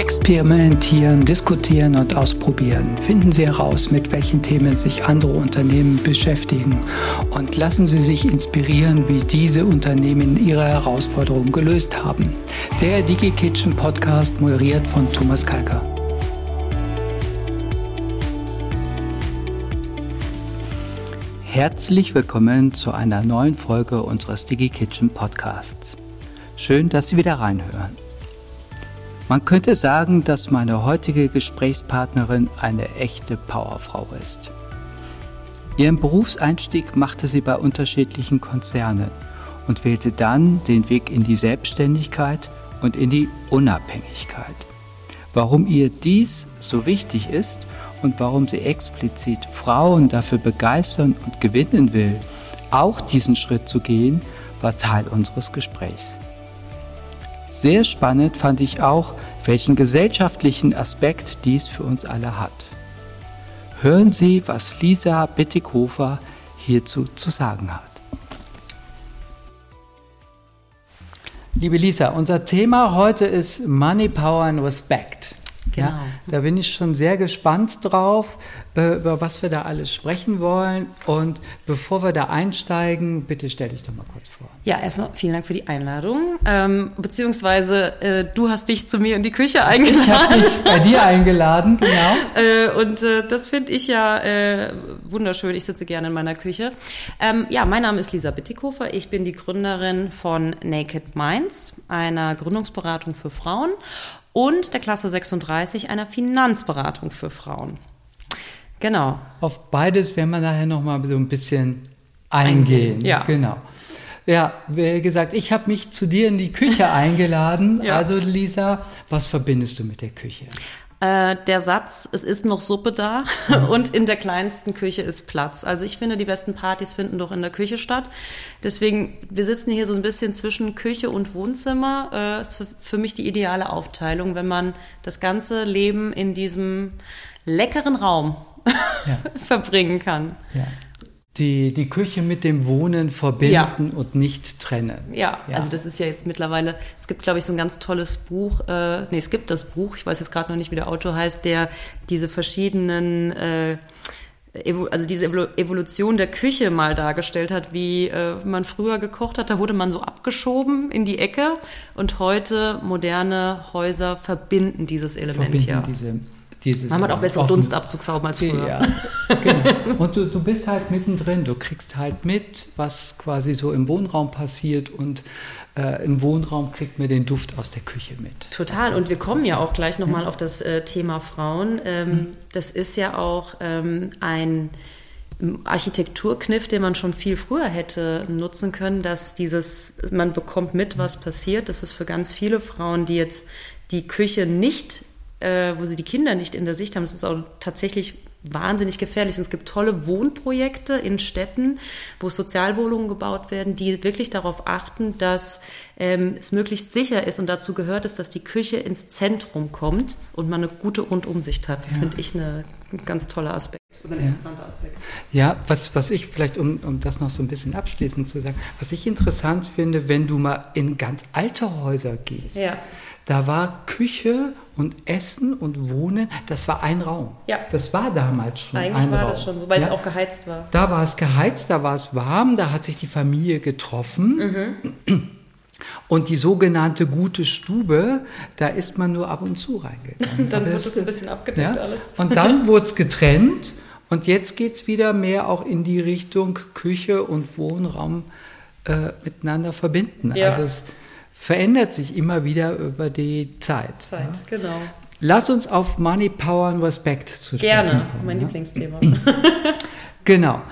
Experimentieren, diskutieren und ausprobieren. Finden Sie heraus, mit welchen Themen sich andere Unternehmen beschäftigen und lassen Sie sich inspirieren, wie diese Unternehmen ihre Herausforderungen gelöst haben. Der DigiKitchen Podcast, moderiert von Thomas Kalker. Herzlich willkommen zu einer neuen Folge unseres DigiKitchen Podcasts. Schön, dass Sie wieder reinhören. Man könnte sagen, dass meine heutige Gesprächspartnerin eine echte Powerfrau ist. Ihren Berufseinstieg machte sie bei unterschiedlichen Konzernen und wählte dann den Weg in die Selbstständigkeit und in die Unabhängigkeit. Warum ihr dies so wichtig ist und warum sie explizit Frauen dafür begeistern und gewinnen will, auch diesen Schritt zu gehen, war Teil unseres Gesprächs. Sehr spannend fand ich auch, welchen gesellschaftlichen Aspekt dies für uns alle hat. Hören Sie, was Lisa Bittighofer hierzu zu sagen hat. Liebe Lisa, unser Thema heute ist Money, Power and Respect. Genau. Ja, da bin ich schon sehr gespannt drauf, über was wir da alles sprechen wollen. Und bevor wir da einsteigen, bitte stell dich doch mal kurz vor. Ja, erstmal vielen Dank für die Einladung. Beziehungsweise du hast dich zu mir in die Küche eingeladen. Ich habe dich bei dir eingeladen, genau. Und das finde ich ja wunderschön. Ich sitze gerne in meiner Küche. Mein Name ist Lisa Bittighofer. Ich bin die Gründerin von Naked Minds, einer Gründungsberatung für Frauen, und der Klasse 36, einer Finanzberatung für Frauen. Genau. Auf beides werden wir nachher nochmal so ein bisschen eingehen. Ja. Genau. Ja, wie gesagt, ich habe mich zu dir in die Küche eingeladen. Ja. Also Lisa, was verbindest du mit der Küche? Der Satz, es ist noch Suppe da und in der kleinsten Küche ist Platz. Also ich finde, die besten Partys finden doch in der Küche statt. Deswegen, wir sitzen hier so ein bisschen zwischen Küche und Wohnzimmer. Ist für mich die ideale Aufteilung, wenn man das ganze Leben in diesem leckeren Raum verbringen kann. Ja. Die Küche mit dem Wohnen verbinden und nicht trennen. Ja, also das ist ja jetzt mittlerweile, es gibt, glaube ich, so ein ganz tolles Buch, es gibt das Buch, ich weiß jetzt gerade noch nicht, wie der Autor heißt, der diese verschiedenen, diese Evolution der Küche mal dargestellt hat, wie man früher gekocht hat, da wurde man so abgeschoben in die Ecke und heute moderne Häuser verbinden dieses Element, man hat auch bessere Dunstabzugshauben als früher. Ja, genau. Und du bist halt mittendrin, du kriegst halt mit, was quasi so im Wohnraum passiert, und im Wohnraum kriegt man den Duft aus der Küche mit. Total, und wir kommen ja auch gleich nochmal auf das Thema Frauen. Das ist ja auch ein Architekturkniff, den man schon viel früher hätte nutzen können, dass man bekommt mit, was passiert. Das ist für ganz viele Frauen, die jetzt die Küche nicht wo sie die Kinder nicht in der Sicht haben. Das ist auch tatsächlich wahnsinnig gefährlich. Und es gibt tolle Wohnprojekte in Städten, wo Sozialwohnungen gebaut werden, die wirklich darauf achten, dass es möglichst sicher ist. Und dazu gehört es, dass die Küche ins Zentrum kommt und man eine gute Rundumsicht hat. Das finde ich ein ganz toller Aspekt oder ein interessanter Aspekt. Ja, was ich vielleicht, um das noch so ein bisschen abschließend zu sagen, was ich interessant finde, wenn du mal in ganz alte Häuser gehst, da war Küche und Essen und Wohnen, das war ein Raum. Ja. Das war damals schon eigentlich ein Raum. Eigentlich war das schon so, weil es auch geheizt war. Da war es geheizt, da war es warm, da hat sich die Familie getroffen. Und die sogenannte gute Stube, da ist man nur ab und zu reingegangen. Dann wird es ein bisschen abgedeckt alles. Und dann wurde es getrennt und jetzt geht es wieder mehr auch in die Richtung Küche und Wohnraum miteinander verbinden. Ja. Also es verändert sich immer wieder über die Zeit. Genau. Lass uns auf Money, Power und Respect zu sprechen kommen. Gerne, mein Lieblingsthema. Genau.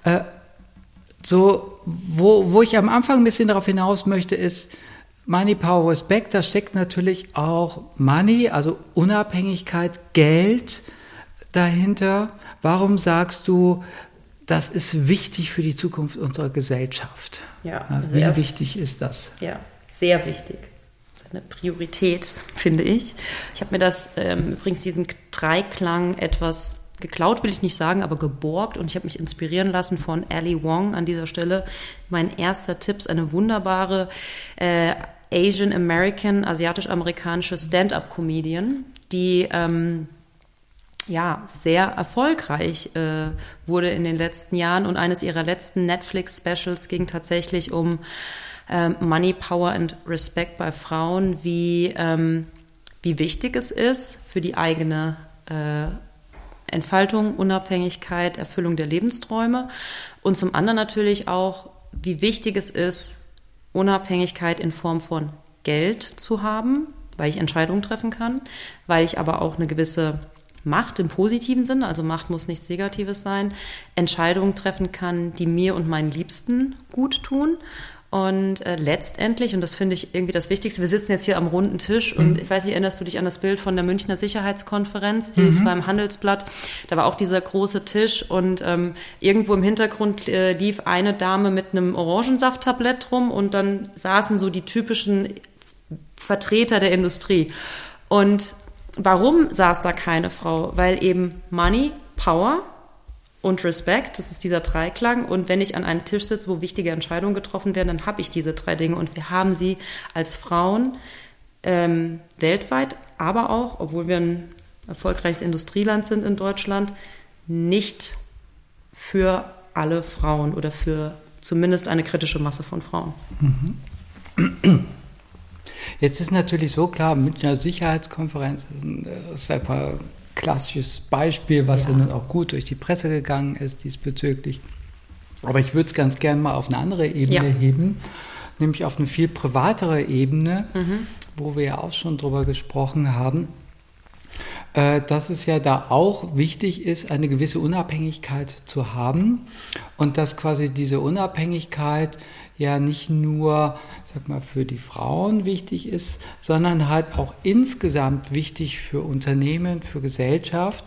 Wo ich am Anfang ein bisschen darauf hinaus möchte, ist Money, Power, Respect. Da steckt natürlich auch Money, also Unabhängigkeit, Geld dahinter. Warum sagst du, das ist wichtig für die Zukunft unserer Gesellschaft? Ja, also wie wichtig ist das? Ja, sehr wichtig. Das ist eine Priorität, finde ich. Ich habe mir das übrigens diesen Dreiklang etwas geklaut, will ich nicht sagen, aber geborgt, und ich habe mich inspirieren lassen von Ali Wong an dieser Stelle. Mein erster Tipp ist eine wunderbare asiatisch-amerikanische Stand-up-Comedian, die sehr erfolgreich wurde in den letzten Jahren. Und eines ihrer letzten Netflix-Specials ging tatsächlich um Money, Power and Respect bei Frauen, wie wichtig es ist für die eigene Entfaltung, Unabhängigkeit, Erfüllung der Lebensträume und zum anderen natürlich auch, wie wichtig es ist, Unabhängigkeit in Form von Geld zu haben, weil ich Entscheidungen treffen kann, weil ich aber auch eine gewisse Macht im positiven Sinne, also Macht muss nichts Negatives sein, Entscheidungen treffen kann, die mir und meinen Liebsten gut tun. Und letztendlich, und das finde ich irgendwie das Wichtigste, wir sitzen jetzt hier am runden Tisch und ich weiß nicht, erinnerst du dich an das Bild von der Münchner Sicherheitskonferenz, die ist beim Handelsblatt, da war auch dieser große Tisch und irgendwo im Hintergrund lief eine Dame mit einem Orangensaft-Tablett rum und dann saßen so die typischen Vertreter der Industrie. Und warum saß da keine Frau? Weil eben Money, Power und Respect, das ist dieser Dreiklang. Und wenn ich an einem Tisch sitze, wo wichtige Entscheidungen getroffen werden, dann habe ich diese drei Dinge. Und wir haben sie als Frauen weltweit, aber auch, obwohl wir ein erfolgreiches Industrieland sind in Deutschland, nicht für alle Frauen oder für zumindest eine kritische Masse von Frauen. Jetzt ist natürlich so klar, Münchner Sicherheitskonferenz ist ein klassisches Beispiel, was ja nun auch gut durch die Presse gegangen ist diesbezüglich. Aber ich würde es ganz gerne mal auf eine andere Ebene heben, nämlich auf eine viel privatere Ebene, wo wir ja auch schon drüber gesprochen haben, dass es ja da auch wichtig ist, eine gewisse Unabhängigkeit zu haben und dass quasi diese Unabhängigkeit ja nicht nur, sag mal, für die Frauen wichtig ist, sondern halt auch insgesamt wichtig für Unternehmen, für Gesellschaft.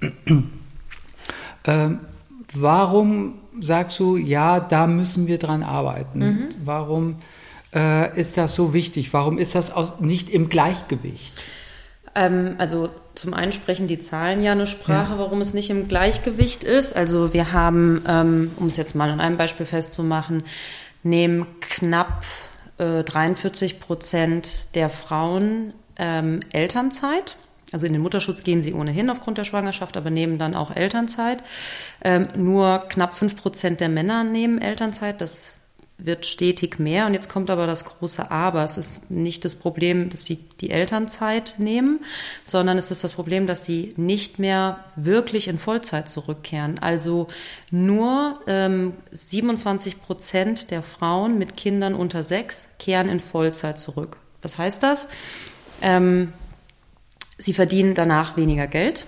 Warum sagst du, ja, da müssen wir dran arbeiten? Warum ist das so wichtig? Warum ist das auch nicht im Gleichgewicht? Also zum einen sprechen die Zahlen ja eine Sprache, warum es nicht im Gleichgewicht ist. Also wir haben, um es jetzt mal an einem Beispiel festzumachen, nehmen knapp 43% der Frauen Elternzeit. Also in den Mutterschutz gehen sie ohnehin aufgrund der Schwangerschaft, aber nehmen dann auch Elternzeit. Nur knapp 5% der Männer nehmen Elternzeit. Das wird stetig mehr. Und jetzt kommt aber das große Aber. Es ist nicht das Problem, dass sie die Elternzeit nehmen, sondern es ist das Problem, dass sie nicht mehr wirklich in Vollzeit zurückkehren. Also nur 27% der Frauen mit Kindern unter 6 kehren in Vollzeit zurück. Was heißt das? Sie verdienen danach weniger Geld.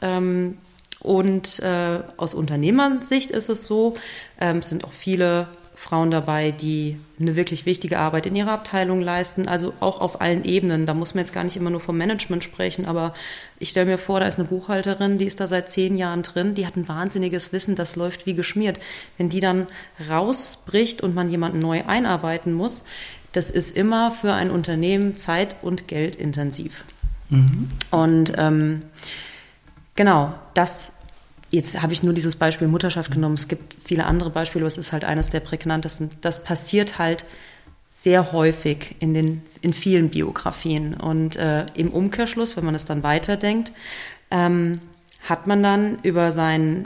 Und aus Unternehmersicht ist es so, es sind auch viele Frauen dabei, die eine wirklich wichtige Arbeit in ihrer Abteilung leisten, also auch auf allen Ebenen. Da muss man jetzt gar nicht immer nur vom Management sprechen, aber ich stelle mir vor, da ist eine Buchhalterin, die ist da seit 10 Jahren drin, die hat ein wahnsinniges Wissen, das läuft wie geschmiert. Wenn die dann rausbricht und man jemanden neu einarbeiten muss, das ist immer für ein Unternehmen zeit- und geldintensiv. Und genau, das. Jetzt habe ich nur dieses Beispiel Mutterschaft genommen. Es gibt viele andere Beispiele, aber es ist halt eines der prägnantesten. Das passiert halt sehr häufig in vielen Biografien. Und im Umkehrschluss, wenn man es dann weiterdenkt, hat man dann über seine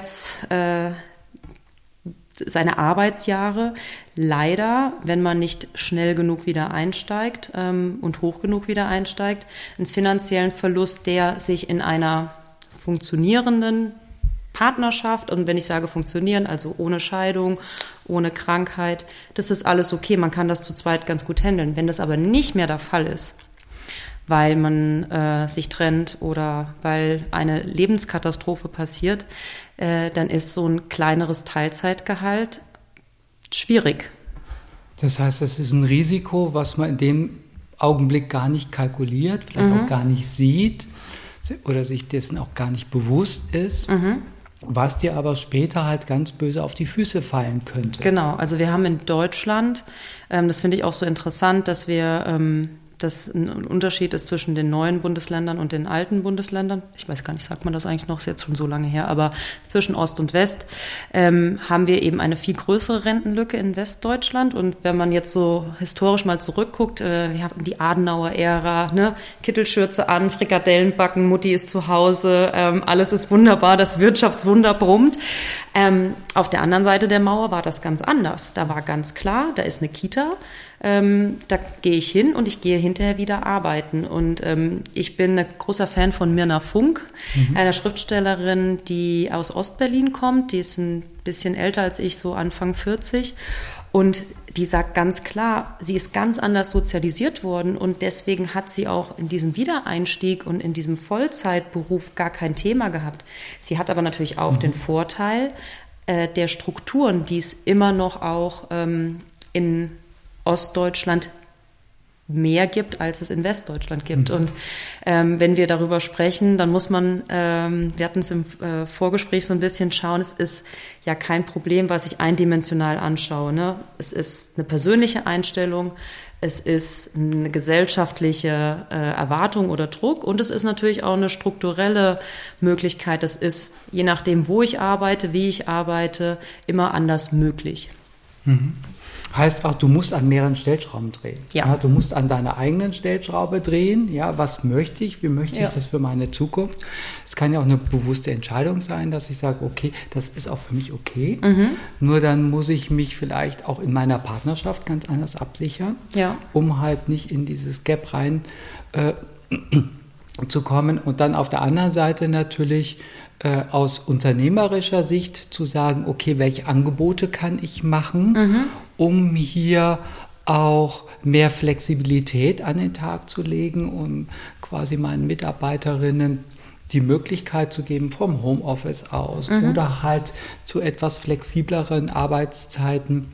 Arbeitsjahre leider, wenn man nicht schnell genug wieder einsteigt und hoch genug wieder einsteigt, einen finanziellen Verlust, der sich in einer funktionierenden Partnerschaft, und wenn ich sage funktionieren, also ohne Scheidung, ohne Krankheit, das ist alles okay, man kann das zu zweit ganz gut handeln. Wenn das aber nicht mehr der Fall ist, weil man sich trennt oder weil eine Lebenskatastrophe passiert, dann ist so ein kleineres Teilzeitgehalt schwierig. Das heißt, das ist ein Risiko, was man in dem Augenblick gar nicht kalkuliert, vielleicht auch gar nicht sieht oder sich dessen auch gar nicht bewusst ist. Was dir aber später halt ganz böse auf die Füße fallen könnte. Genau, also wir haben in Deutschland, das finde ich auch so interessant, dass wir das ein Unterschied ist zwischen den neuen Bundesländern und den alten Bundesländern. Ich weiß gar nicht, sagt man das eigentlich noch, ist jetzt schon so lange her, aber zwischen Ost und West haben wir eben eine viel größere Rentenlücke in Westdeutschland. Und wenn man jetzt so historisch mal zurückguckt, wir haben die Adenauer-Ära, ne? Kittelschürze an, Frikadellen backen, Mutti ist zu Hause, alles ist wunderbar, das Wirtschaftswunder brummt. Auf der anderen Seite der Mauer war das ganz anders. Da war ganz klar, da ist eine Kita, da gehe ich hin und ich gehe hinterher wieder arbeiten. Und ich bin ein großer Fan von Mirna Funk, einer Schriftstellerin, die aus Ostberlin kommt. Die ist ein bisschen älter als ich, so Anfang 40. Und die sagt ganz klar, sie ist ganz anders sozialisiert worden und deswegen hat sie auch in diesem Wiedereinstieg und in diesem Vollzeitberuf gar kein Thema gehabt. Sie hat aber natürlich auch den Vorteil der Strukturen, die es immer noch auch in Ostdeutschland mehr gibt, als es in Westdeutschland gibt. Und wenn wir darüber sprechen, dann muss man, wir hatten es im Vorgespräch so ein bisschen schauen, es ist ja kein Problem, was ich eindimensional anschaue. Ne? Es ist eine persönliche Einstellung, es ist eine gesellschaftliche Erwartung oder Druck und es ist natürlich auch eine strukturelle Möglichkeit. Das ist, je nachdem, wo ich arbeite, wie ich arbeite, immer anders möglich. Mhm. Heißt auch, du musst an mehreren Stellschrauben drehen. Ja. Du musst an deiner eigenen Stellschraube drehen. Ja, was möchte ich? Wie möchte ich das für meine Zukunft? Es kann ja auch eine bewusste Entscheidung sein, dass ich sage, okay, das ist auch für mich okay. Nur dann muss ich mich vielleicht auch in meiner Partnerschaft ganz anders absichern, um halt nicht in dieses Gap rein zu kommen. Und dann auf der anderen Seite natürlich aus unternehmerischer Sicht zu sagen, okay, welche Angebote kann ich machen, um hier auch mehr Flexibilität an den Tag zu legen, um quasi meinen Mitarbeiterinnen die Möglichkeit zu geben, vom Homeoffice aus oder halt zu etwas flexibleren Arbeitszeiten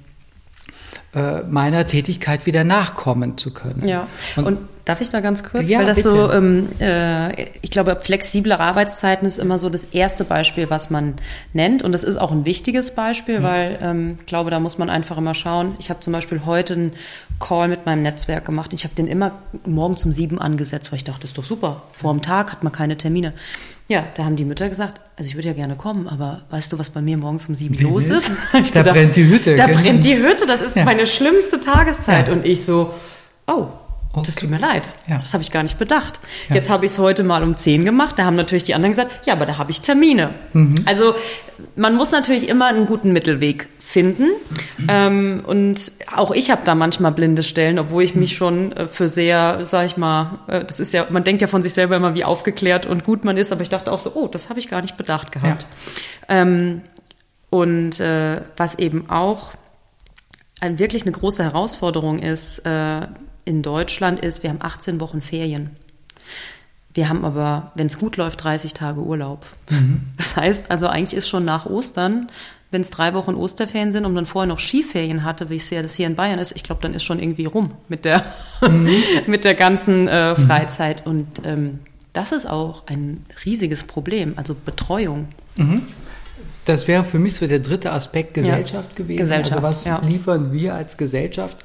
meiner Tätigkeit wieder nachkommen zu können. Ja, und darf ich da ganz kurz? Ja, weil das bitte. So, ich glaube, flexible Arbeitszeiten ist immer so das erste Beispiel, was man nennt. Und das ist auch ein wichtiges Beispiel, weil ich glaube, da muss man einfach immer schauen. Ich habe zum Beispiel heute einen Call mit meinem Netzwerk gemacht. Ich habe den immer morgens um 7 angesetzt, weil ich dachte, das ist doch super. Vor dem Tag hat man keine Termine. Ja, da haben die Mütter gesagt, also ich würde ja gerne kommen, aber weißt du, was bei mir morgens um 7 los ist? Da brennt die Hütte. Da brennt die Hütte, das ist meine schlimmste Tageszeit. Ja. Und ich so, das tut mir leid, das habe ich gar nicht bedacht. Ja. Jetzt habe ich es heute mal um 10 gemacht, da haben natürlich die anderen gesagt, ja, aber da habe ich Termine. Also man muss natürlich immer einen guten Mittelweg finden. Und auch ich habe da manchmal blinde Stellen, obwohl ich mich schon für sehr, sag ich mal, das ist ja, man denkt ja von sich selber immer, wie aufgeklärt und gut man ist, aber ich dachte auch so, das habe ich gar nicht bedacht gehabt. Ja. Und was eben auch wirklich eine große Herausforderung ist in Deutschland ist, wir haben 18 Wochen Ferien. Wir haben aber, wenn es gut läuft, 30 Tage Urlaub. Das heißt, also eigentlich ist schon nach Ostern, wenn es 3 Wochen Osterferien sind und man vorher noch Skiferien hatte, wie es ja das hier in Bayern ist, ich glaube, dann ist schon irgendwie rum mit der, mit der ganzen Freizeit. Und das ist auch ein riesiges Problem, also Betreuung. Das wäre für mich so der dritte Aspekt Gesellschaft gewesen. Gesellschaft, also was liefern wir als Gesellschaft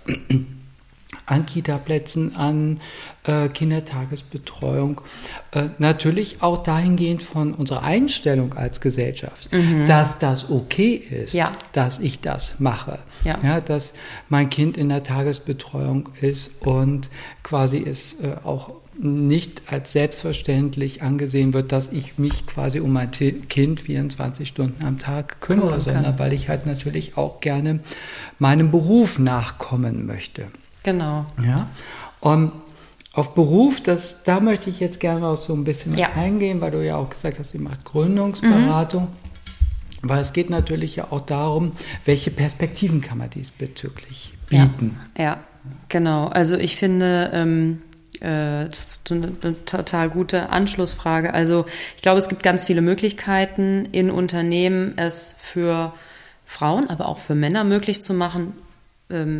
an Kita-Plätzen, an Kindertagesbetreuung, natürlich auch dahingehend von unserer Einstellung als Gesellschaft, dass das okay ist, dass ich das mache, dass mein Kind in der Tagesbetreuung ist und quasi es auch nicht als selbstverständlich angesehen wird, dass ich mich quasi um mein Kind 24 Stunden am Tag kümmere, sondern weil ich halt natürlich auch gerne meinem Beruf nachkommen möchte. Genau. Ja, und auf Beruf, da möchte ich jetzt gerne auch so ein bisschen eingehen, weil du ja auch gesagt hast, sie macht Gründungsberatung, weil es geht natürlich ja auch darum, welche Perspektiven kann man diesbezüglich bieten. Ja, genau. Also ich finde, das ist eine total gute Anschlussfrage. Also ich glaube, es gibt ganz viele Möglichkeiten in Unternehmen, es für Frauen, aber auch für Männer möglich zu machen,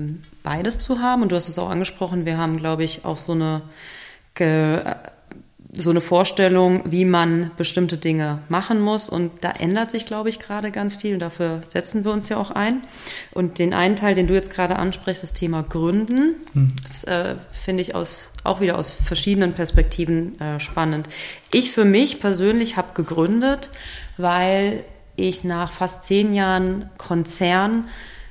beides zu haben. Und du hast es auch angesprochen, wir haben, glaube ich, auch so eine so eine Vorstellung, wie man bestimmte Dinge machen muss. Und da ändert sich, glaube ich, gerade ganz viel. Und dafür setzen wir uns ja auch ein. Und den einen Teil, den du jetzt gerade ansprichst, das Thema Gründen, das finde ich auch wieder aus verschiedenen Perspektiven spannend. Ich für mich persönlich habe gegründet, weil ich nach fast 10 Jahren Konzern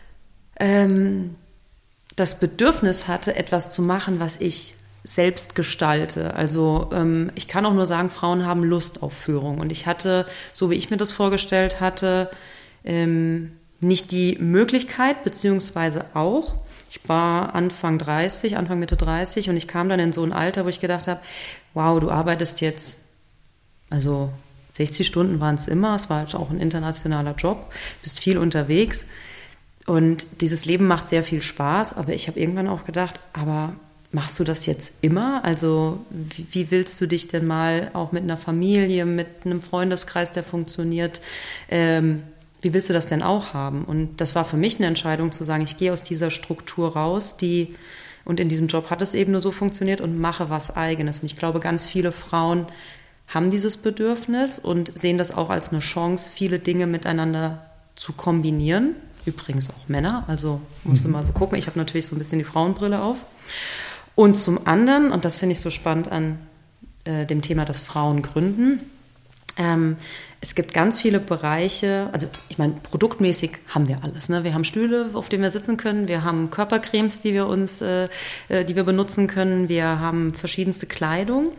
das Bedürfnis hatte, etwas zu machen, was ich selbst gestalte. Also ich kann auch nur sagen, Frauen haben Lust auf Führung. Und ich hatte, so wie ich mir das vorgestellt hatte, nicht die Möglichkeit, beziehungsweise auch, ich war Anfang Mitte 30 und ich kam dann in so ein Alter, wo ich gedacht habe, wow, du arbeitest jetzt, also 60 Stunden waren es immer, es war halt auch ein internationaler Job, bist viel unterwegs und dieses Leben macht sehr viel Spaß, aber ich habe irgendwann auch gedacht, aber machst du das jetzt immer? Also wie willst du dich denn mal auch mit einer Familie, mit einem Freundeskreis, der funktioniert, wie willst du das denn auch haben? Und das war für mich eine Entscheidung zu sagen, ich gehe aus dieser Struktur raus, und in diesem Job hat es eben nur so funktioniert und mache was Eigenes. Und ich glaube, ganz viele Frauen haben dieses Bedürfnis und sehen das auch als eine Chance, viele Dinge miteinander zu kombinieren. Übrigens auch Männer, also musst du mal so gucken. Ich habe natürlich so ein bisschen die Frauenbrille auf. Und zum anderen, und das finde ich so spannend an dem Thema, dass Frauen gründen, es gibt ganz viele Bereiche, also ich meine, produktmäßig haben wir alles. Ne? Wir haben Stühle, auf denen wir sitzen können, wir haben Körpercremes, die wir benutzen können, wir haben verschiedenste Kleidung.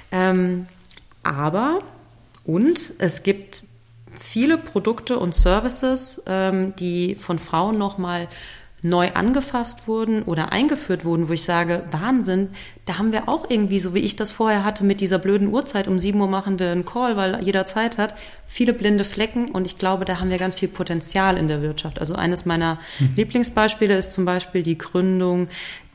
Und es gibt viele Produkte und Services, die von Frauen nochmal neu angefasst wurden oder eingeführt wurden, wo ich sage, Wahnsinn, da haben wir auch irgendwie, so wie ich das vorher hatte, mit dieser blöden Uhrzeit, um 7 Uhr machen wir einen Call, weil jeder Zeit hat, viele blinde Flecken und ich glaube, da haben wir ganz viel Potenzial in der Wirtschaft. Also eines meiner Lieblingsbeispiele ist zum Beispiel die Gründung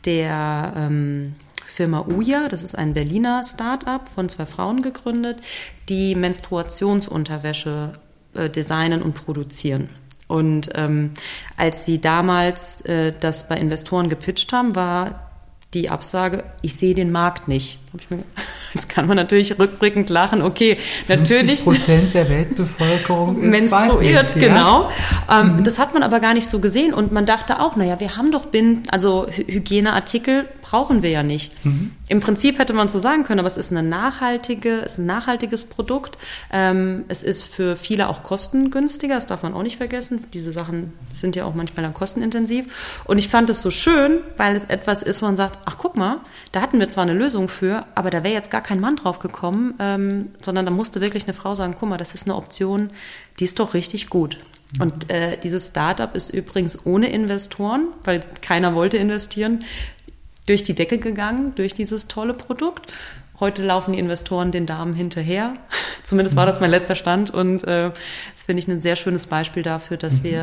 der Firma Uja, das ist ein Berliner Start-up von 2 Frauen gegründet, die Menstruationsunterwäsche designen und produzieren. Und als sie damals das bei Investoren gepitcht haben, war die Absage, ich sehe den Markt nicht. Jetzt kann man natürlich rückblickend lachen, okay, natürlich. 50% der Weltbevölkerung ist menstruiert, weiblich, genau. Das hat man aber gar nicht so gesehen und man dachte auch, naja, wir haben doch Hygieneartikel brauchen wir ja nicht. Im Prinzip hätte man so sagen können, aber es ist ein nachhaltiges Produkt. Es ist für viele auch kostengünstiger, das darf man auch nicht vergessen. Diese Sachen sind ja auch manchmal dann kostenintensiv. Und ich fand es so schön, weil es etwas ist, wo man sagt, ach guck mal, da hatten wir zwar eine Lösung für, aber da wäre jetzt gar kein Mann drauf gekommen, sondern da musste wirklich eine Frau sagen, guck mal, das ist eine Option, die ist doch richtig gut. Und dieses Startup ist übrigens ohne Investoren, weil keiner wollte investieren, durch die Decke gegangen, durch dieses tolle Produkt. Heute laufen die Investoren den Damen hinterher. Zumindest war das mein letzter Stand und das finde ich ein sehr schönes Beispiel dafür, dass wir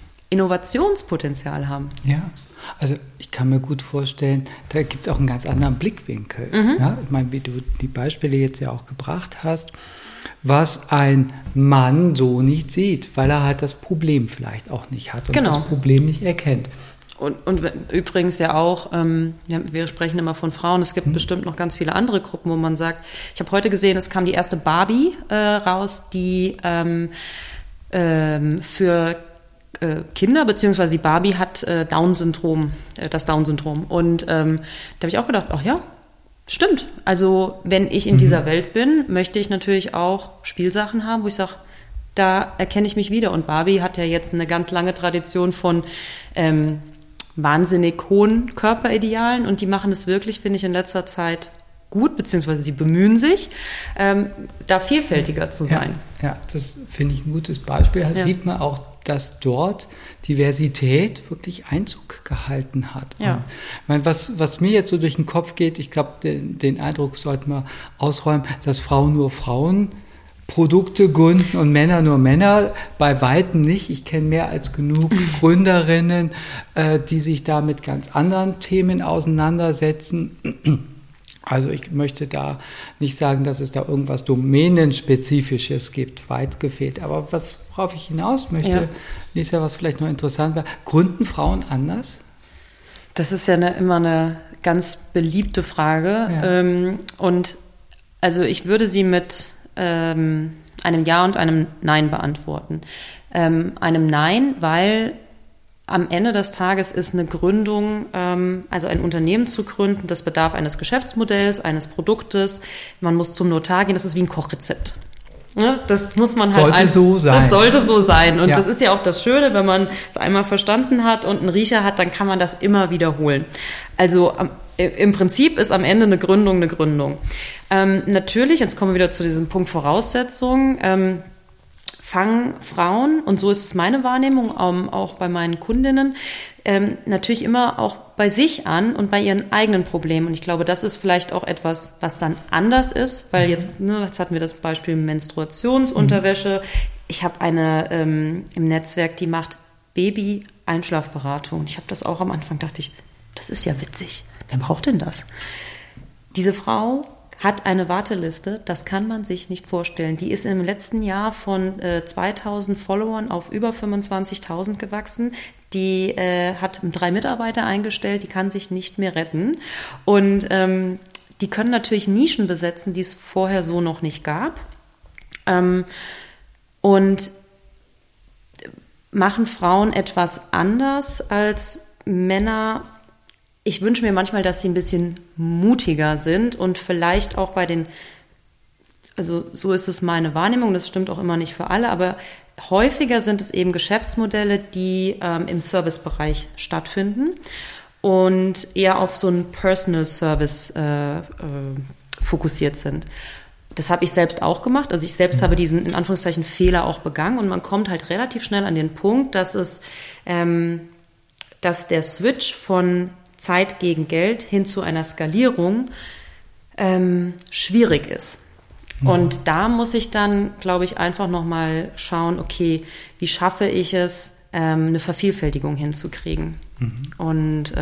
Innovationspotenzial haben. Ja. Also ich kann mir gut vorstellen, da gibt es auch einen ganz anderen Blickwinkel. Ja? Ich meine, wie du die Beispiele jetzt ja auch gebracht hast, was ein Mann so nicht sieht, weil er halt das Problem vielleicht auch nicht hat und das Problem nicht erkennt. Und übrigens ja auch, wir sprechen immer von Frauen, es gibt bestimmt noch ganz viele andere Gruppen, wo man sagt, ich habe heute gesehen, es kam die erste Barbie raus, die für Kinder, beziehungsweise die Barbie hat das Down-Syndrom. Und da habe ich auch gedacht, ach ja, stimmt. Also wenn ich in dieser Welt bin, möchte ich natürlich auch Spielsachen haben, wo ich sage, da erkenne ich mich wieder. Und Barbie hat ja jetzt eine ganz lange Tradition von wahnsinnig hohen Körperidealen und die machen es wirklich, finde ich, in letzter Zeit gut, beziehungsweise sie bemühen sich, da vielfältiger zu sein. Ja, das finde ich ein gutes Beispiel. Da sieht man auch, dass dort Diversität wirklich Einzug gehalten hat. Ja. Ich meine, was mir jetzt so durch den Kopf geht, ich glaube, den Eindruck sollten wir ausräumen, dass Frauen nur Frauen Produkte gründen und Männer nur Männer, bei Weitem nicht. Ich kenne mehr als genug Gründerinnen, die sich da mit ganz anderen Themen auseinandersetzen. Also ich möchte da nicht sagen, dass es da irgendwas Domänenspezifisches gibt, weit gefehlt. Aber worauf ich hinaus möchte, Lisa, was vielleicht noch interessant war, gründen Frauen anders? Das ist ja immer eine ganz beliebte Frage. Und Also ich würde sie mit einem Ja und einem Nein beantworten. Einem Nein, weil am Ende des Tages ist eine Gründung, also ein Unternehmen zu gründen, das bedarf eines Geschäftsmodells, eines Produktes. Man muss zum Notar gehen, das ist wie ein Kochrezept. Ne? Das muss man halt sollte so sein. Das sollte so sein. Und ja. Das ist ja auch das Schöne, wenn man es einmal verstanden hat und einen Riecher hat, dann kann man das immer wiederholen. Also im Prinzip ist am Ende eine Gründung eine Gründung. Natürlich, jetzt kommen wir wieder zu diesem Punkt Voraussetzungen, fangen Frauen, und so ist es meine Wahrnehmung, auch bei meinen Kundinnen, natürlich immer auch bei sich an und bei ihren eigenen Problemen. Und ich glaube, das ist vielleicht auch etwas, was dann anders ist, weil jetzt hatten wir das Beispiel Menstruationsunterwäsche. Ich habe eine im Netzwerk, die macht Baby-Einschlafberatung. Ich habe das auch am Anfang, dachte ich, das ist ja witzig. Wer braucht denn das? Diese Frau hat eine Warteliste, das kann man sich nicht vorstellen. Die ist im letzten Jahr von 2000 Followern auf über 25.000 gewachsen. Die hat 3 Mitarbeiter eingestellt, die kann sich nicht mehr retten. Und die können natürlich Nischen besetzen, die es vorher so noch nicht gab. Und machen Frauen etwas anders als Männer. Ich wünsche mir manchmal, dass sie ein bisschen mutiger sind und vielleicht auch also so ist es meine Wahrnehmung, das stimmt auch immer nicht für alle, aber häufiger sind es eben Geschäftsmodelle, die im Servicebereich stattfinden und eher auf so einen Personal Service fokussiert sind. Das habe ich selbst auch gemacht. Also ich selbst habe diesen, in Anführungszeichen, Fehler auch begangen und man kommt halt relativ schnell an den Punkt, dass der Switch von Zeit gegen Geld hin zu einer Skalierung schwierig ist. Und da muss ich dann, glaube ich, einfach nochmal schauen, okay, wie schaffe ich es, eine Vervielfältigung hinzukriegen? Und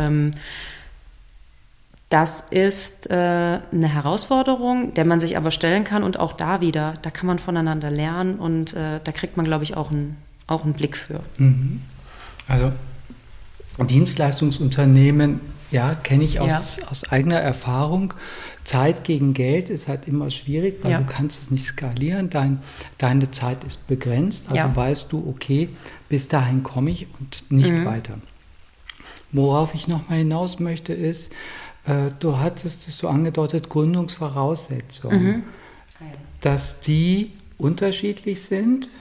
das ist eine Herausforderung, der man sich aber stellen kann und auch da kann man voneinander lernen und da kriegt man, glaube ich, auch einen Blick für. Also Dienstleistungsunternehmen, ja, kenne ich aus eigener Erfahrung. Zeit gegen Geld ist halt immer schwierig, weil du kannst es nicht skalieren. Deine Zeit ist begrenzt, also weißt du, okay, bis dahin komme ich und nicht weiter. Worauf ich nochmal hinaus möchte ist, du hattest es so angedeutet, Gründungsvoraussetzungen, dass die unterschiedlich sind.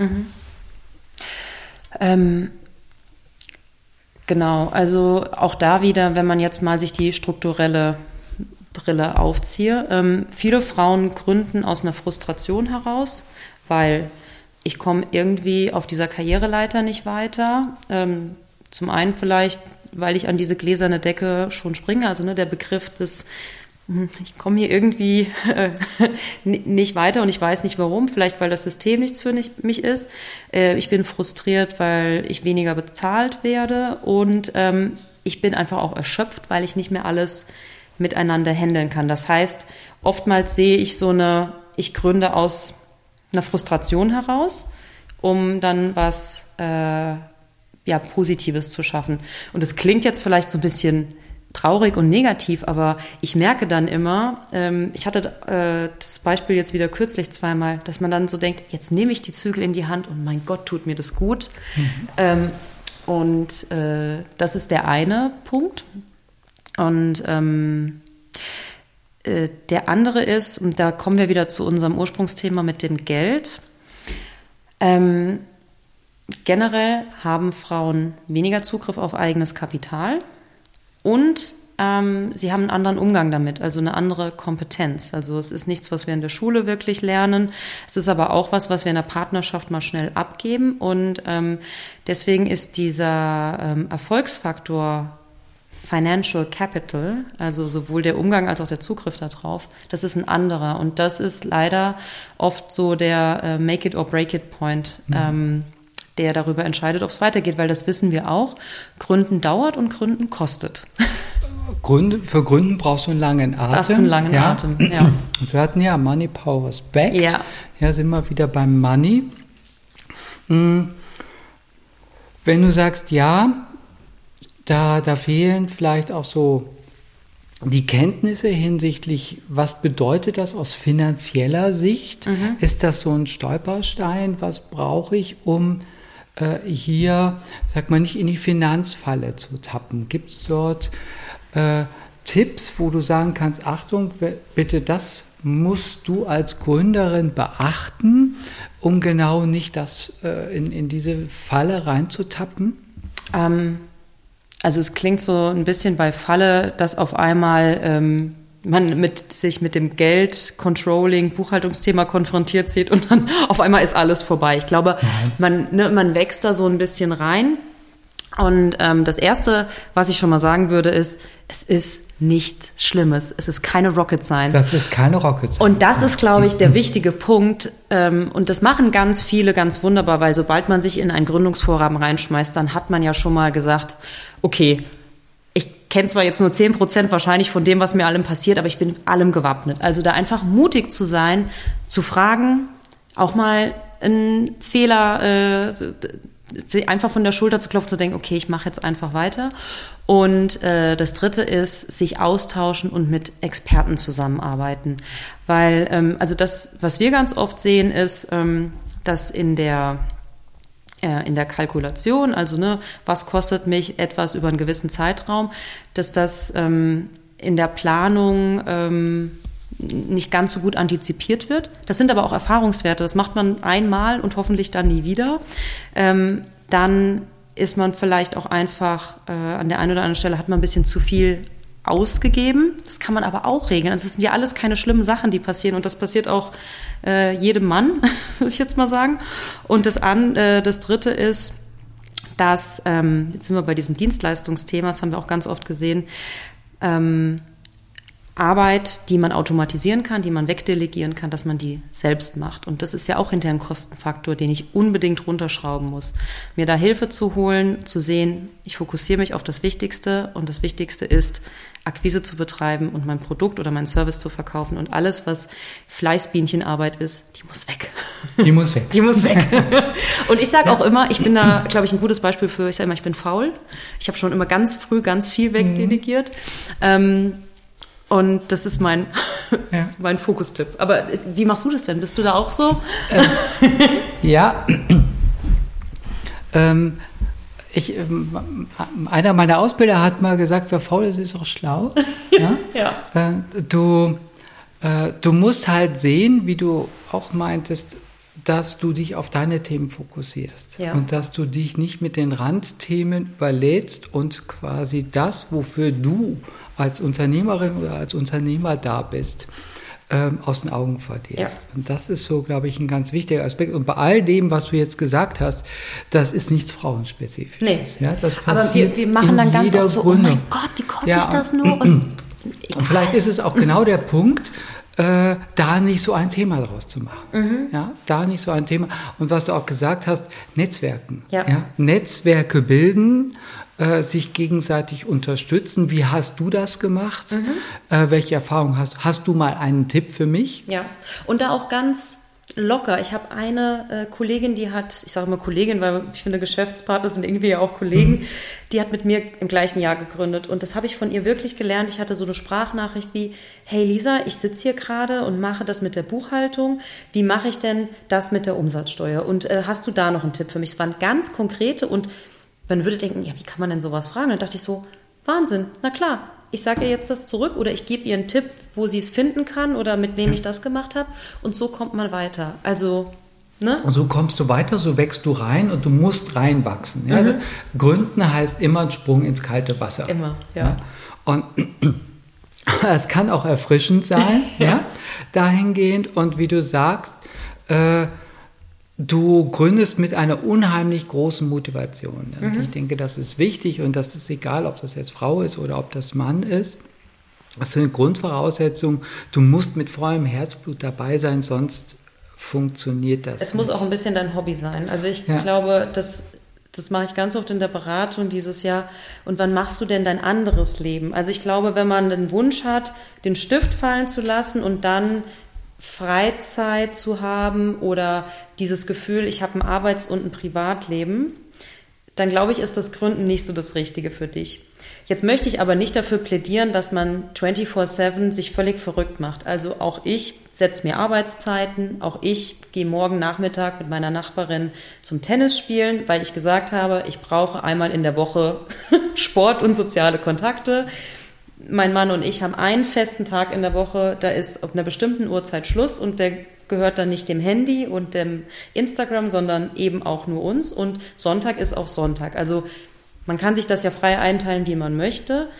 Genau, also auch da wieder, wenn man jetzt mal sich die strukturelle Brille aufziehe. Viele Frauen gründen aus einer Frustration heraus, weil ich komme irgendwie auf dieser Karriereleiter nicht weiter. Zum einen vielleicht, weil ich an diese gläserne Decke schon springe, also der Begriff des ich komme hier irgendwie nicht weiter und ich weiß nicht warum, vielleicht weil das System nichts für mich ist. Ich bin frustriert, weil ich weniger bezahlt werde und ich bin einfach auch erschöpft, weil ich nicht mehr alles miteinander handeln kann. Das heißt, oftmals sehe ich ich gründe aus einer Frustration heraus, um dann was Positives zu schaffen. Und es klingt jetzt vielleicht so ein bisschen traurig und negativ, aber ich merke dann immer, ich hatte das Beispiel jetzt wieder kürzlich zweimal, dass man dann so denkt, jetzt nehme ich die Zügel in die Hand und mein Gott, tut mir das gut. Und das ist der eine Punkt. Und der andere ist, und da kommen wir wieder zu unserem Ursprungsthema mit dem Geld, generell haben Frauen weniger Zugriff auf eigenes Kapital. Und sie haben einen anderen Umgang damit, also eine andere Kompetenz. Also es ist nichts, was wir in der Schule wirklich lernen. Es ist aber auch was wir in der Partnerschaft mal schnell abgeben. Und deswegen ist dieser Erfolgsfaktor Financial Capital, also sowohl der Umgang als auch der Zugriff darauf, das ist ein anderer. Und das ist leider oft so der Make it or break it Point, der darüber entscheidet, ob es weitergeht, weil das wissen wir auch. Gründen dauert und Gründen kostet. Für Gründen brauchst du einen langen Atem. Brauchst du einen langen Atem, ja. Und wir hatten ja Money Powers Back. Ja. Ja, sind wir wieder beim Money. Wenn du sagst, ja, da fehlen vielleicht auch so die Kenntnisse hinsichtlich, was bedeutet das aus finanzieller Sicht? Ist das so ein Stolperstein? Was brauche ich, um hier, sag mal, nicht in die Finanzfalle zu tappen? Gibt es dort Tipps, wo du sagen kannst, Achtung, bitte, das musst du als Gründerin beachten, um genau nicht in diese Falle reinzutappen? Also es klingt so ein bisschen bei Falle, dass auf einmal man sich mit dem Geld, Controlling, Buchhaltungsthema konfrontiert sieht und dann auf einmal ist alles vorbei. Ich glaube, man wächst da so ein bisschen rein. Und das Erste, was ich schon mal sagen würde, ist, es ist nichts Schlimmes. Es ist keine Rocket Science. Das ist keine Rocket Science. Und das ist, glaube ich, der wichtige Punkt. Und das machen ganz viele ganz wunderbar, weil sobald man sich in ein Gründungsvorhaben reinschmeißt, dann hat man ja schon mal gesagt, okay, ich kenne zwar jetzt nur 10% wahrscheinlich von dem, was mir allem passiert, aber ich bin allem gewappnet. Also da einfach mutig zu sein, zu fragen, auch mal einen Fehler einfach von der Schulter zu klopfen, zu denken, okay, ich mache jetzt einfach weiter. Und das Dritte ist, sich austauschen und mit Experten zusammenarbeiten. Weil, also das, was wir ganz oft sehen, ist, dass in der Kalkulation, also was kostet mich etwas über einen gewissen Zeitraum, dass das in der Planung nicht ganz so gut antizipiert wird. Das sind aber auch Erfahrungswerte. Das macht man einmal und hoffentlich dann nie wieder. Dann ist man vielleicht auch einfach an der einen oder anderen Stelle hat man ein bisschen zu viel ausgegeben. Das kann man aber auch regeln. Also es sind ja alles keine schlimmen Sachen, die passieren. Und das passiert auch jedem Mann, muss ich jetzt mal sagen. Und das Dritte ist, dass, jetzt sind wir bei diesem Dienstleistungsthema, das haben wir auch ganz oft gesehen, Arbeit, die man automatisieren kann, die man wegdelegieren kann, dass man die selbst macht. Und das ist ja auch hinterher ein Kostenfaktor, den ich unbedingt runterschrauben muss. Mir da Hilfe zu holen, zu sehen, ich fokussiere mich auf das Wichtigste und das Wichtigste ist, Akquise zu betreiben und mein Produkt oder mein Service zu verkaufen. Und alles, was Fleißbienchenarbeit ist, die muss weg. Die muss weg. Die muss weg. Und ich sage auch immer, ich bin da, glaube ich, ein gutes Beispiel für, ich sage immer, ich bin faul. Ich habe schon immer ganz früh ganz viel wegdelegiert. Und das ist mein Fokustipp. Aber wie machst du das denn? Bist du da auch so? Ja. Einer meiner Ausbilder hat mal gesagt, wer faul ist, ist auch schlau. Ja? Du musst halt sehen, wie du auch meintest, dass du dich auf deine Themen fokussierst und dass du dich nicht mit den Randthemen überlädst und quasi das, wofür du als Unternehmerin oder als Unternehmer da bist, aus den Augen verlierst. Ja. Und das ist so, glaube ich, ein ganz wichtiger Aspekt. Und bei all dem, was du jetzt gesagt hast, das ist nichts Frauenspezifisches. Nee. Ja, das passiert aber wir machen dann ganz oft so, Gründung. Oh mein Gott, wie konnte ich das nur? Und vielleicht ist es auch genau der Punkt, da nicht so ein Thema draus zu machen. Ja, da nicht so ein Thema. Und was du auch gesagt hast, Netzwerken. Ja. Netzwerke bilden, sich gegenseitig unterstützen. Wie hast du das gemacht? Welche Erfahrungen hast du mal einen Tipp für mich? Ja, und da auch ganz locker. Ich habe eine Kollegin, die hat, ich sage immer Kollegin, weil ich finde, Geschäftspartner sind irgendwie ja auch Kollegen, die hat mit mir im gleichen Jahr gegründet. Und das habe ich von ihr wirklich gelernt. Ich hatte so eine Sprachnachricht wie, hey Lisa, ich sitze hier gerade und mache das mit der Buchhaltung. Wie mache ich denn das mit der Umsatzsteuer? Und hast du da noch einen Tipp für mich? Es waren ganz konkrete und man würde denken, ja, wie kann man denn sowas fragen? Dann dachte ich so, Wahnsinn, na klar, ich sage ihr jetzt das zurück oder ich gebe ihr einen Tipp, wo sie es finden kann oder mit wem ich das gemacht habe und so kommt man weiter. Also, ne? Und so kommst du weiter, so wächst du rein und du musst reinwachsen. Ja? Gründen heißt immer ein Sprung ins kalte Wasser. Immer, ja. Und es kann auch erfrischend sein, ja, dahingehend und wie du sagst, du gründest mit einer unheimlich großen Motivation. Und ich denke, das ist wichtig und das ist egal, ob das jetzt Frau ist oder ob das Mann ist. Das sind Grundvoraussetzungen. Du musst mit vollem Herzblut dabei sein, sonst funktioniert das Es muss auch ein bisschen dein Hobby sein. Also ich glaube, das mache ich ganz oft in der Beratung dieses Jahr. Und wann machst du denn dein anderes Leben? Also ich glaube, wenn man den Wunsch hat, den Stift fallen zu lassen und dann Freizeit zu haben oder dieses Gefühl, ich habe ein Arbeits- und ein Privatleben, dann glaube ich, ist das Gründen nicht so das Richtige für dich. Jetzt möchte ich aber nicht dafür plädieren, dass man 24/7 sich völlig verrückt macht. Also auch ich setze mir Arbeitszeiten, auch ich gehe morgen Nachmittag mit meiner Nachbarin zum Tennis spielen, weil ich gesagt habe, ich brauche einmal in der Woche Sport und soziale Kontakte. Mein Mann und ich haben einen festen Tag in der Woche, da ist auf einer bestimmten Uhrzeit Schluss und der gehört dann nicht dem Handy und dem Instagram, sondern eben auch nur uns und Sonntag ist auch Sonntag. Also man kann sich das ja frei einteilen, wie man möchte,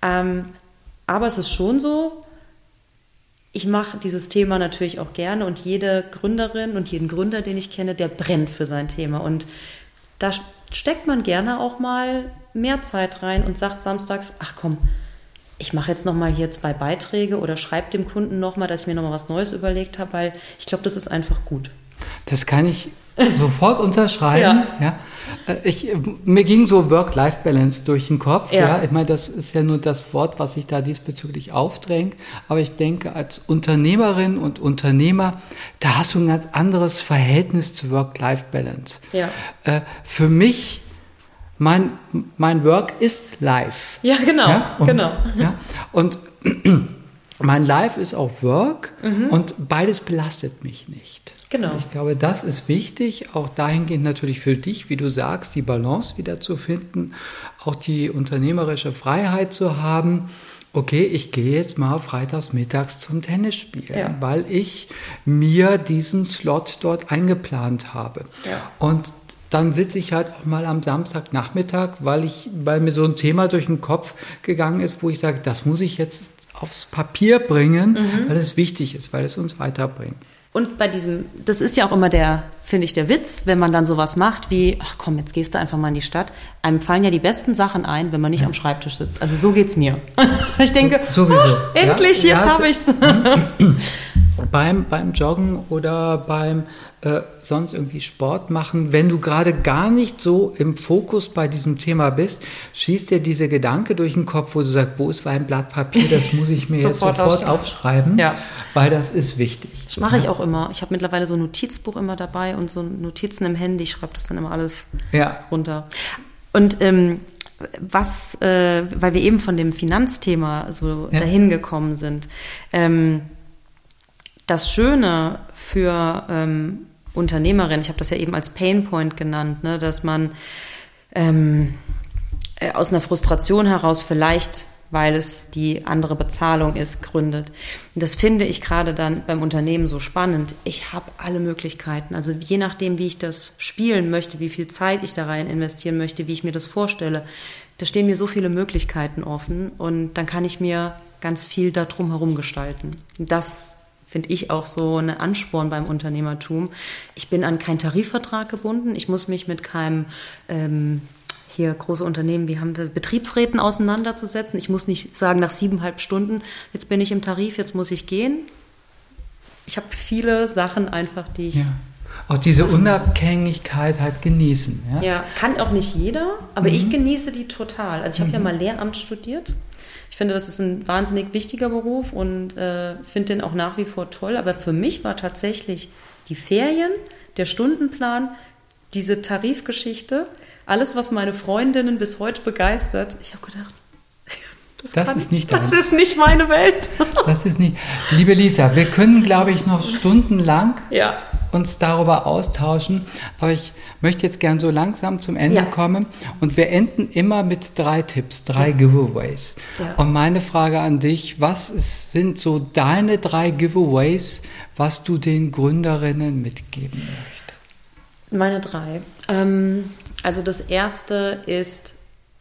aber es ist schon so, ich mache dieses Thema natürlich auch gerne und jede Gründerin und jeden Gründer, den ich kenne, der brennt für sein Thema und da steckt man gerne auch mal mehr Zeit rein und sagt samstags, ach komm, ich mache jetzt nochmal hier 2 Beiträge oder schreibe dem Kunden nochmal, dass ich mir nochmal was Neues überlegt habe, weil ich glaube, das ist einfach gut. Das kann ich sofort unterschreiben. Ja. Mir ging so Work-Life-Balance durch den Kopf. Ja. Ich meine, das ist ja nur das Wort, was sich da diesbezüglich aufdrängt. Aber ich denke, als Unternehmerin und Unternehmer, da hast du ein ganz anderes Verhältnis zu Work-Life-Balance. Ja. Für mich, mein Work ist Life. Ja, genau. Ja? Genau. Ja? Und mein Life ist auch Work und beides belastet mich nicht. Genau. Und ich glaube, das ist wichtig, auch dahingehend natürlich für dich, wie du sagst, die Balance wieder zu finden, auch die unternehmerische Freiheit zu haben. Okay, ich gehe jetzt mal freitags mittags zum Tennis spielen, weil ich mir diesen Slot dort eingeplant habe. Ja. Und dann sitze ich halt auch mal am Samstagnachmittag, weil mir so ein Thema durch den Kopf gegangen ist, wo ich sage, das muss ich jetzt aufs Papier bringen, weil es wichtig ist, weil es uns weiterbringt. Und bei das ist ja auch immer finde ich, der Witz, wenn man dann sowas macht wie, ach komm, jetzt gehst du einfach mal in die Stadt. Einem fallen ja die besten Sachen ein, wenn man nicht am Schreibtisch sitzt. Also so geht's mir. Ich denke, endlich, jetzt habe ich's. Beim Joggen oder beim sonst irgendwie Sport machen, wenn du gerade gar nicht so im Fokus bei diesem Thema bist, schießt dir dieser Gedanke durch den Kopf, wo du sagst, wo ist mein Blatt Papier, das muss ich mir jetzt sofort aufschreiben, weil das ist wichtig. Das mache ich auch immer. Ich habe mittlerweile so ein Notizbuch immer dabei und so Notizen im Handy, ich schreibe das dann immer alles runter. Und weil wir eben von dem Finanzthema so dahin gekommen sind, das Schöne für Unternehmerin, ich habe das ja eben als Painpoint genannt, ne, dass man aus einer Frustration heraus vielleicht, weil es die andere Bezahlung ist, gründet. Und das finde ich gerade dann beim Unternehmen so spannend. Ich habe alle Möglichkeiten, also je nachdem, wie ich das spielen möchte, wie viel Zeit ich da rein investieren möchte, wie ich mir das vorstelle, da stehen mir so viele Möglichkeiten offen und dann kann ich mir ganz viel da drum herum gestalten. Das finde ich auch so ein Ansporn beim Unternehmertum. Ich bin an keinen Tarifvertrag gebunden. Ich muss mich mit keinem hier große Unternehmen, wie haben wir Betriebsräten auseinanderzusetzen. Ich muss nicht sagen, nach 7,5 Stunden, jetzt bin ich im Tarif, jetzt muss ich gehen. Ich habe viele Sachen einfach, die ich... Auch diese Unabhängigkeit halt genießen. Ja, kann auch nicht jeder, aber ich genieße die total. Also ich habe ja mal Lehramt studiert. Ich finde, das ist ein wahnsinnig wichtiger Beruf und finde den auch nach wie vor toll. Aber für mich war tatsächlich die Ferien, der Stundenplan, diese Tarifgeschichte, alles, was meine Freundinnen bis heute begeistert. Ich habe gedacht, das ist nicht meine Welt. Das ist nicht. Liebe Lisa, wir können, glaube ich, noch stundenlang uns darüber austauschen, aber ich möchte jetzt gern so langsam zum Ende kommen und wir enden immer mit 3 Tipps, 3 Giveaways. Ja. Und meine Frage an dich, sind so deine 3 Giveaways, was du den Gründerinnen mitgeben möchtest? Meine 3. Also das erste ist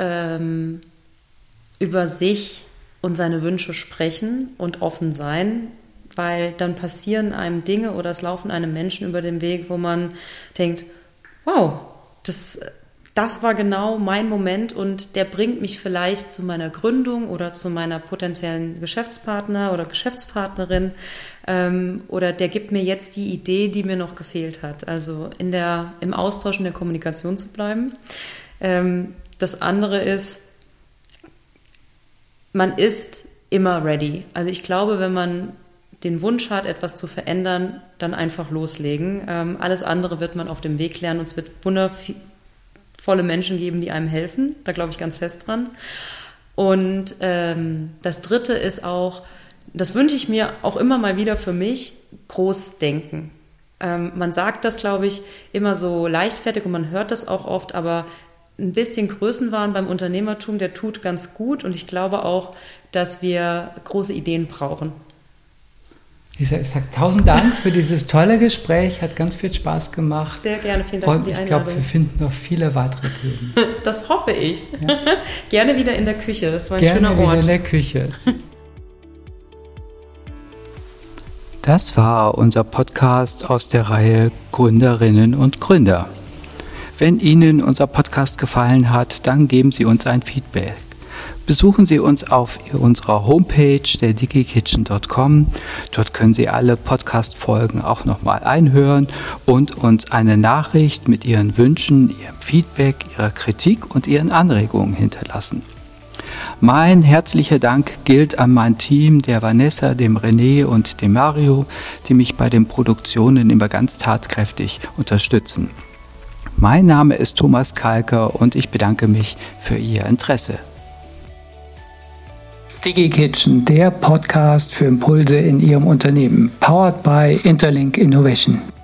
über sich und seine Wünsche sprechen und offen sein, weil dann passieren einem Dinge oder es laufen einem Menschen über den Weg, wo man denkt, wow, das war genau mein Moment und der bringt mich vielleicht zu meiner Gründung oder zu meiner potenziellen Geschäftspartner oder Geschäftspartnerin oder der gibt mir jetzt die Idee, die mir noch gefehlt hat. Also im Austausch, in der Kommunikation zu bleiben. Das andere ist, man ist immer ready. Also ich glaube, wenn man den Wunsch hat, etwas zu verändern, dann einfach loslegen. Alles andere wird man auf dem Weg lernen und es wird wundervolle Menschen geben, die einem helfen. Da glaube ich ganz fest dran. Und das Dritte ist auch, das wünsche ich mir auch immer mal wieder für mich, Großdenken. Man sagt das, glaube ich, immer so leichtfertig und man hört das auch oft, aber ein bisschen Größenwahn beim Unternehmertum, der tut ganz gut und ich glaube auch, dass wir große Ideen brauchen. Lisa, ich sage 1000 Dank für dieses tolle Gespräch, hat ganz viel Spaß gemacht. Sehr gerne, vielen Dank für die Einladung. Und ich glaube, wir finden noch viele weitere Themen. Das hoffe ich. Ja. Gerne wieder in der Küche, das war ein gerne schöner Ort. Gerne wieder in der Küche. Das war unser Podcast aus der Reihe Gründerinnen und Gründer. Wenn Ihnen unser Podcast gefallen hat, dann geben Sie uns ein Feedback. Besuchen Sie uns auf unserer Homepage der digikitchen.com. Dort können Sie alle Podcast-Folgen auch nochmal einhören und uns eine Nachricht mit Ihren Wünschen, Ihrem Feedback, Ihrer Kritik und Ihren Anregungen hinterlassen. Mein herzlicher Dank gilt an mein Team, der Vanessa, dem René und dem Mario, die mich bei den Produktionen immer ganz tatkräftig unterstützen. Mein Name ist Thomas Kalker und ich bedanke mich für Ihr Interesse. DigiKitchen, der Podcast für Impulse in Ihrem Unternehmen, powered by Interlink Innovation.